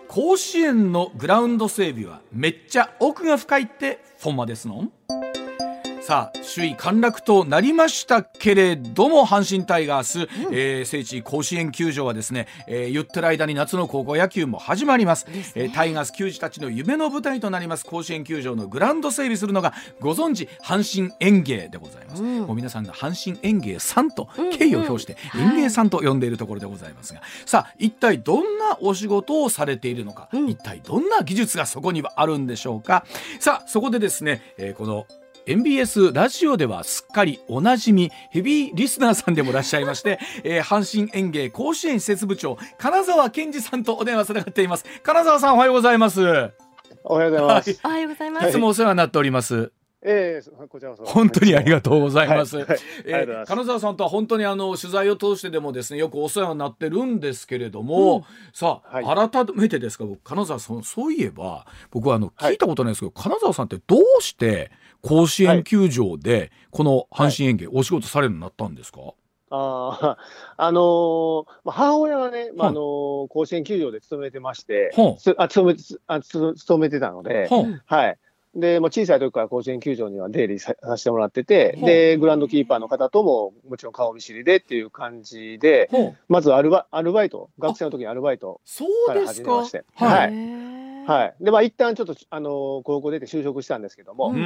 甲子園のグラウンド整備はめっちゃ奥が深いってフォンマですの。さあ首位陥落となりましたけれども、阪神タイガース、聖地甲子園球場はですね、言ってる間に夏の高校野球も始まります。タイガース球児たちの夢の舞台となります甲子園球場のグラウンド整備するのがご存知阪神園芸でございます。もう皆さんが阪神園芸さんと敬意を表して園芸さんと呼んでいるところでございますが、さあ一体どんなお仕事をされているのか、一体どんな技術がそこにはあるんでしょうか。さあそこでですね、このMBS ラジオではすっかりおなじみヘビーリスナーさんでもいらっしゃいまして、阪神園芸甲子園施設部長金沢健二さんとお電話つながっています。金沢さん、おはようございます。 おはようございます。 おはようございます。 いつもお世話になっております。 こちらこそ本当にありがとうございます。 金沢さんとは本当に取材を通してでもですね、よくお世話になってるんですけれども、さあ、改めてですが、金沢さん、そういえば僕は聞いたことないですけど、金沢さんってどうして甲子園球場でこの阪神園芸お仕事されるようになったんですか？ 母親がね、甲子園球場で勤めてまして、勤めてたので、で、小さい時から甲子園球場には出入りさせてもらってて、で、グラウンドキーパーの方とももちろん顔見知りでっていう感じで、まずアルバイト、学生の時にアルバイトから始めまして、で、一旦ちょっと高校出て就職したんですけども、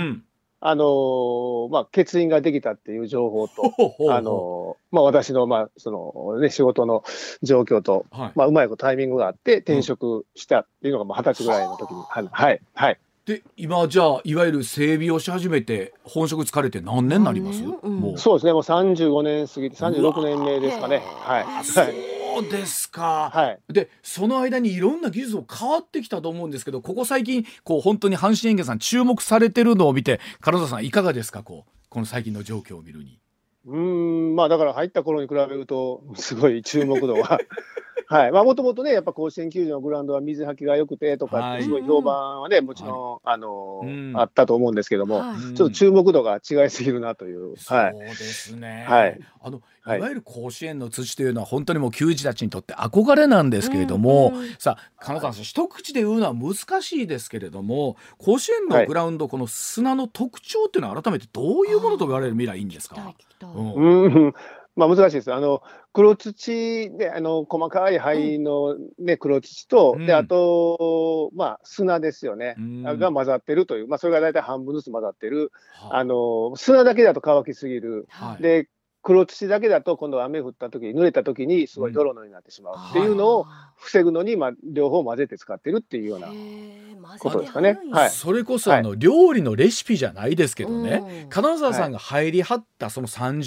欠員ができたっていう情報と、私の仕事の状況と、うまいことタイミングがあって転職したっていうのが20歳ぐらいの時に、 で今じゃあいわゆる整備をし始めて本職疲れて何年になります？ もうそうですね、もう35年過ぎて36年目ですかね。 そうですか。でその間にいろんな技術も変わってきたと思うんですけど、ここ最近本当に阪神園芸さん注目されてるのを見て、金沢さんいかがですか？この最近の状況を見るに。 だから入った頃に比べるとすごい注目度がもともとね、やっぱ甲子園球場のグラウンドは水はきが良くてとかってすごい評判はね、もちろんあったと思うんですけども、ちょっと注目度が違いすぎるなという。 そうですね。いわゆる甲子園の土というのは本当にもう球児たちにとって憧れなんですけれども、さあ金沢さん、一口で言うのは難しいですけれども、甲子園のグラウンド、この砂の特徴っていうのは改めてどういうものと言われる未来いいんですか？ 難しいです。黒土で細かい灰の、黒土と、であと、砂ですよね、が混ざってるという、それが大体半分ずつ混ざってる。砂だけだと乾きすぎる、で黒土だけだと今度は雨降った時に濡れた時にすごい泥のようになってしまうっていうのを防ぐのに、両方混ぜて使ってるっていうようなことですかね。 それこそ料理のレシピじゃないですけどね、金沢さんが入りはったその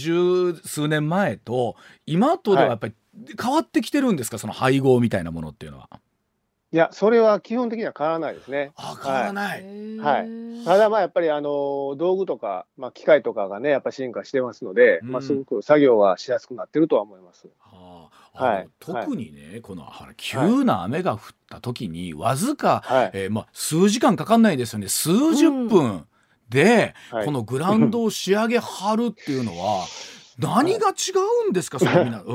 30数年前と今とではやっぱり変わってきてるんですか？その配合みたいなものっていうのは。 いや、それは基本的には変わらないですね。 変わらない。 ただやっぱり道具とか、機械とかがねやっぱ進化してますので、すごく作業はしやすくなってるとは思います。 特にね、この急な雨が降った時にわずか、数時間かかんないですよね。数十分でこのグラウンドを仕上げはるっていうのは何が違うんですか？そのみんな。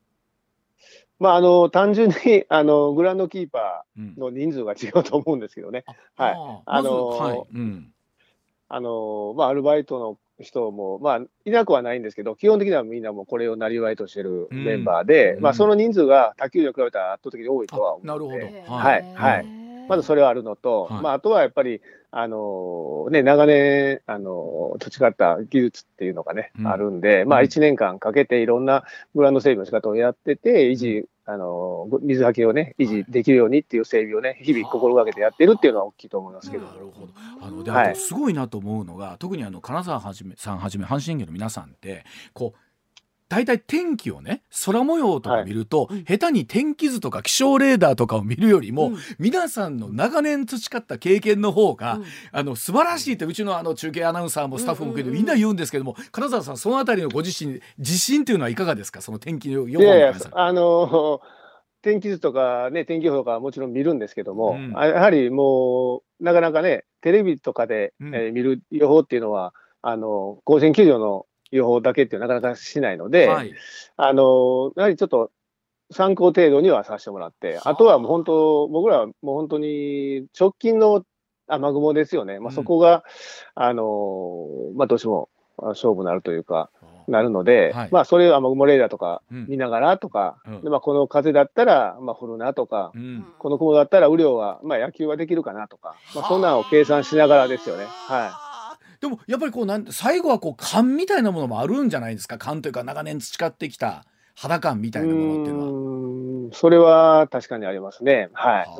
単純にグラウンドキーパーの人数が違うと思うんですけどね。アルバイトの人もいなくはないんですけど、基本的にはみんなもこれをなりわいとしてるメンバーで、その人数が他球場に比べたら圧倒的に多いとは思うので、まずそれはあるのと、あとはやっぱり長年培った技術っていうのがね、あるんで、1年間かけていろんなグラウンド整備の仕方をやってて、水はけをね維持できるようにっていう整備をね日々心がけてやってるっていうのは大きいと思いますけど。 なるほど。であとすごいなと思うのが、特に金沢さんはじめ阪神園芸の皆さんって大体天気をね、空模様とか見ると、下手に天気図とか気象レーダーとかを見るよりも、皆さんの長年培った経験の方が、素晴らしいってうちの中継アナウンサーもスタッフもみんな言うんですけども、金沢さんそのあたりのご自身自信というのはいかがですか？その天気予報の皆さん。 天気図とかね、天気予報とかはもちろん見るんですけども、やはりもうなかなかねテレビとかで、見る予報っていうのは甲子園球場の予報だけっていうなかなかしないので、やはりちょっと参考程度にはさせてもらって、あとはもう本当、僕らはもう本当に直近の雨雲ですよね。そこが、どうしても勝負になるというか、なるので、それを雨雲レーダーとか見ながらとか、でこの風だったら、降るなとか、この雲だったら雨量は、野球はできるかなとか、そんなのを計算しながらですよね。 でもやっぱり最後は勘みたいなものもあるんじゃないですか。勘というか長年培ってきた肌感みたいなものっていうのは。 それは確かにありますね。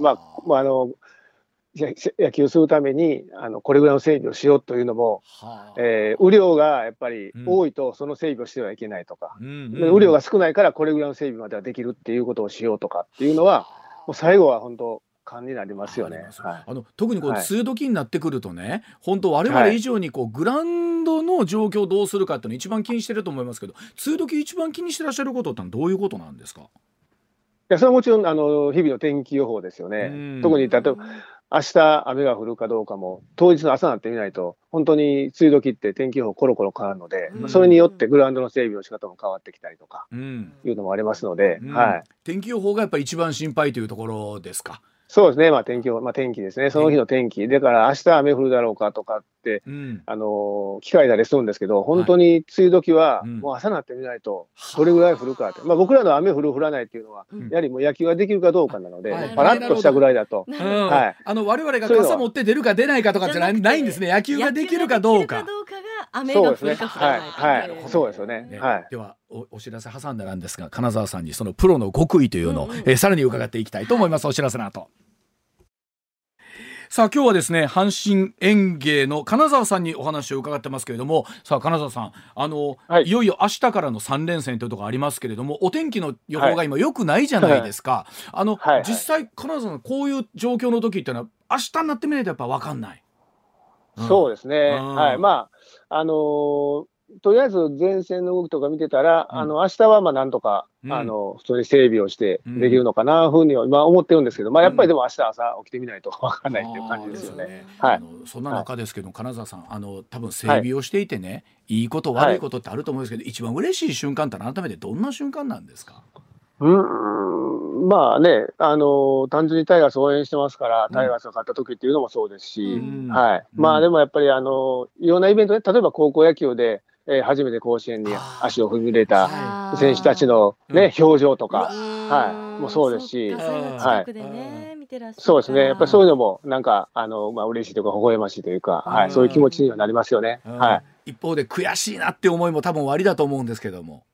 野球するためにこれぐらいの整備をしようというのも、雨量がやっぱり多いとその整備をしてはいけないとか、雨量が少ないからこれぐらいの整備まではできるっていうことをしようとかっていうのは、もう最後は本当感になりますよね。 特に梅雨時になってくるとね、本当我々以上にグラウンドの状況をどうするかっていうのを一番気にしてると思いますけど、梅雨時一番気にしてらっしゃることってどういうことなんですか？ いや、それはもちろん日々の天気予報ですよね。特に例えば明日雨が降るかどうかも当日の朝になってみないと、本当に梅雨時って天気予報コロコロ変わるので、それによってグラウンドの整備の仕方も変わってきたりとかいうのもありますので、 天気予報がやっぱり一番心配というところですか？ そうですね。天気ですね。その日の天気。だから明日雨降るだろうかとかって、聞かれたりするんですけど、本当に梅雨時はもう朝になってみないと、どれぐらい降るかって。僕らの雨降る降らないっていうのは、やはりもう野球ができるかどうかなので、パラッとしたぐらいだと。 我々が傘持って出るか出ないかとかじゃないんですね。野球ができるかどうか。 雨が降るか降らないか。 そうですよね。 ではお知らせ挟んだなんですが、金沢さんにそのプロの極意というのをさらに伺っていきたいと思います。お知らせの後。さあ今日はですね、阪神園芸の金沢さんにお話を伺ってますけれども、さあ金沢さん、いよいよ明日からの3連戦というところありますけれども、お天気の予報が今良くないじゃないですか。実際金沢さん、こういう状況の時っていうのは明日になってみないとやっぱ分かんない。 そうですね。とりあえず前線の動きとか見てたら、明日はなんとか、普通に整備をしてできるのかな、ふうには今思ってるんですけど、やっぱりでも明日朝起きてみないと分かんないっていう感じですよね。 そんな中ですけど、金沢さん、多分整備をしていてね、いいこと悪いことってあると思うんですけど、一番嬉しい瞬間って改めてどんな瞬間なんですか？ 単純にタイガースを応援してますから、タイガースが勝った時っていうのもそうですし、でもやっぱりいろんなイベントで、例えば高校野球で初めて甲子園に足を踏み入れた選手たちの表情とか、もそうですし、そうですね。やっぱりそういうのもなんか嬉しいというか微笑ましいというか、そういう気持ちにはなりますよね。 一方で悔しいなって思いも多分おありだと思うんですけども。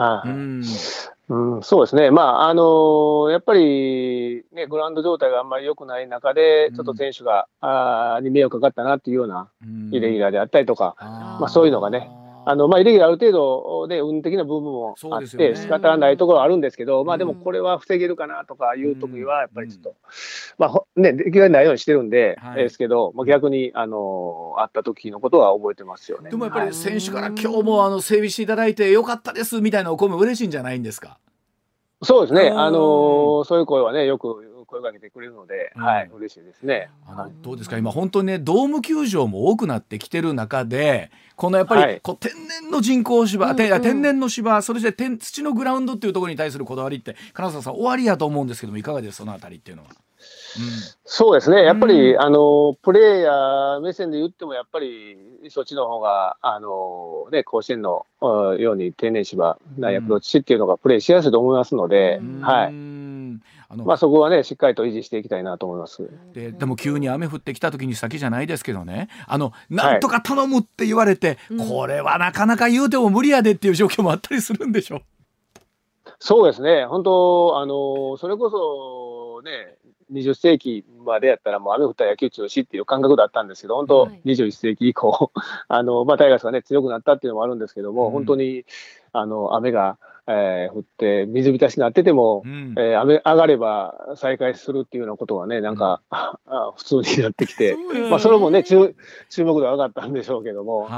そうですね。やっぱりね、グラウンド状態があんまり良くない中で、ちょっと選手がに迷惑かかったなっていうようなイレギュラーであったりとか、そういうのがね、イレギュラーある程度で運的な部分もあって仕方ないところはあるんですけど、でもこれは防げるかなとかいう時はやっぱりちょっとできないようにしてるんでですけど、逆にあった時のことは覚えてますよね。 でもやっぱり選手から今日も整備していただいてよかったですみたいなお声も嬉しいんじゃないんですか？ そうですね。そういう声はね、よく声をかけてくれるので、嬉しいですね。 どうですか、今本当にね、ドーム球場も多くなってきてる中で、このやっぱり天然の人工芝、天然の芝、それじゃ土のグラウンドっていうところに対するこだわりって金沢さんおありやと思うんですけども、いかがですそのあたりっていうのは？ そうですね。やっぱりプレーヤー目線で言ってもやっぱりそっちの方が甲子園のように天然芝なアプローチっていうのがプレーしやすいと思いますので、そこはねしっかりと維持していきたいなと思います。 でも急に雨降ってきた時に先じゃないですけどね、なんとか頼むって言われて、これはなかなか言うても無理やでっていう状況もあったりするんでしょ？ そうですね。本当それこそね、20世紀までやったらもう雨降ったら野球中止っていう感覚だったんですけど、本当21世紀以降タイガースがね強くなったっていうのもあるんですけども、本当に雨が降って水浸しになってても、雨上がれば再開するっていうようなことがね、なんか、普通になってきて、それもね注目度が上がったんでしょうけども。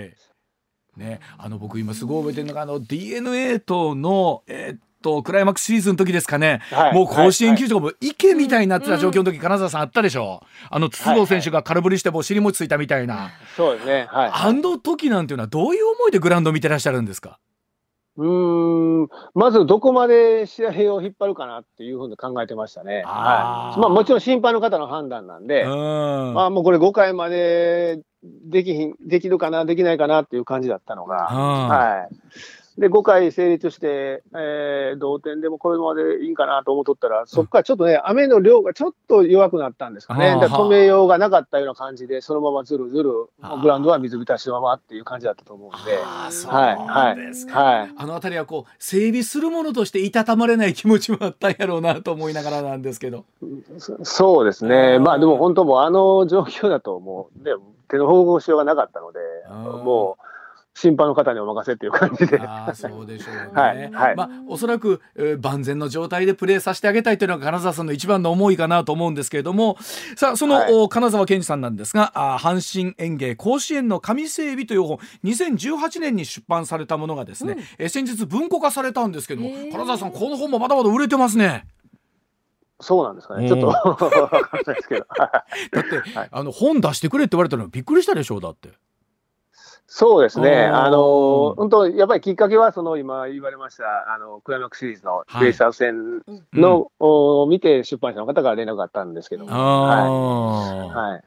僕今すごい覚えてるのがDNA とのクライマックスシリーズの時ですかね、もう甲子園球場も池みたいになってた状況の時、金沢さんあったでしょ？筒香選手が空振りしてもう尻餅ついたみたいな、 そうですね。 時なんていうのはどういう思いでグラウンド見てらっしゃるんですか？ まずどこまで試合を引っ張るかなっていうふうに考えてましたね。はい。まあもちろん審判の方の判断なんで、まあもうこれ5回までできるかな、できないかなっていう感じだったのが、はい。で、5回成立して、同点でもこれまでいいんかなと思っとったら、そこからちょっとね、雨の量がちょっと弱くなったんですかね。だから止めようがなかったような感じで、そのままずるずる、グラウンドは水浸しのままっていう感じだったと思うんで。 そうなんですか。はい。あのあたりはこう、整備するものとしていたたまれない気持ちもあったんやろうなと思いながらなんですけど。 そうですね。まあでも本当もうあの状況だともう、ね、手の方向しようがなかったので、もう、審判の方にお任せっていう感じで。 そうでしょうね。はい。まあ、おそらく、万全の状態でプレーさせてあげたいというのが金沢さんの一番の思いかなと思うんですけれども、さあ、その、金沢健二さんなんですが、阪神園芸甲子園の神整備という本、2018年に出版されたものがですね、先日文庫化されたんですけども、金沢さん、この本もまだまだ売れてますね。 そうなんですかね。ちょっとわかんないですけど。だって、本出してくれって言われたのびっくりしたでしょう、だって。 そうですね。本当、やっぱりきっかけは、今言われました、クライマックスシリーズのベイスターズ戦の、見て出版社の方から連絡があったんですけども。はい。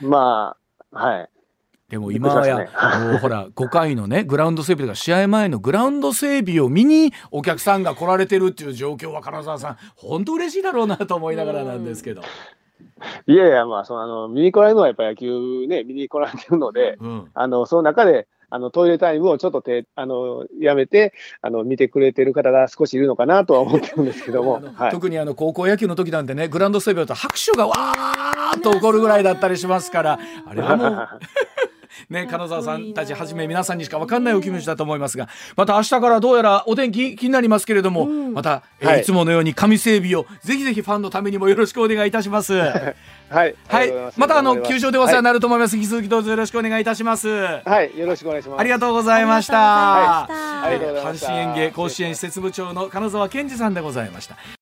まあ、はい。 でも今はもうほら、5回のね、グラウンド整備とか試合前のグラウンド整備を見にお客さんが来られてるっていう状況は、金沢さん、本当嬉しいだろうなと思いながらなんですけど。 いやいや、まあ、見に来られるのはやっぱり野球ね、見に来られてるので、その中で、トイレタイムをちょっとやめて、見てくれてる方が少しいるのかなとは思ってるんですけども。 特に高校野球の時なんてね、グラウンド整備だと拍手がわーっと起こるぐらいだったりしますから、あれはもう。ね、金沢さんたちはじめ皆さんにしか分かんないお気持ちだと思いますが、また明日からどうやらお天気気になりますけれども、また、いつものように神整備をぜひぜひファンのためにもよろしくお願いいたします。はい、また球場でお世話になると思います。引き続きどうぞよろしくお願いいたします。 はい、よろしくお願いします。 ありがとうございました。阪神園芸甲子園施設部長の金沢健二さんでございました。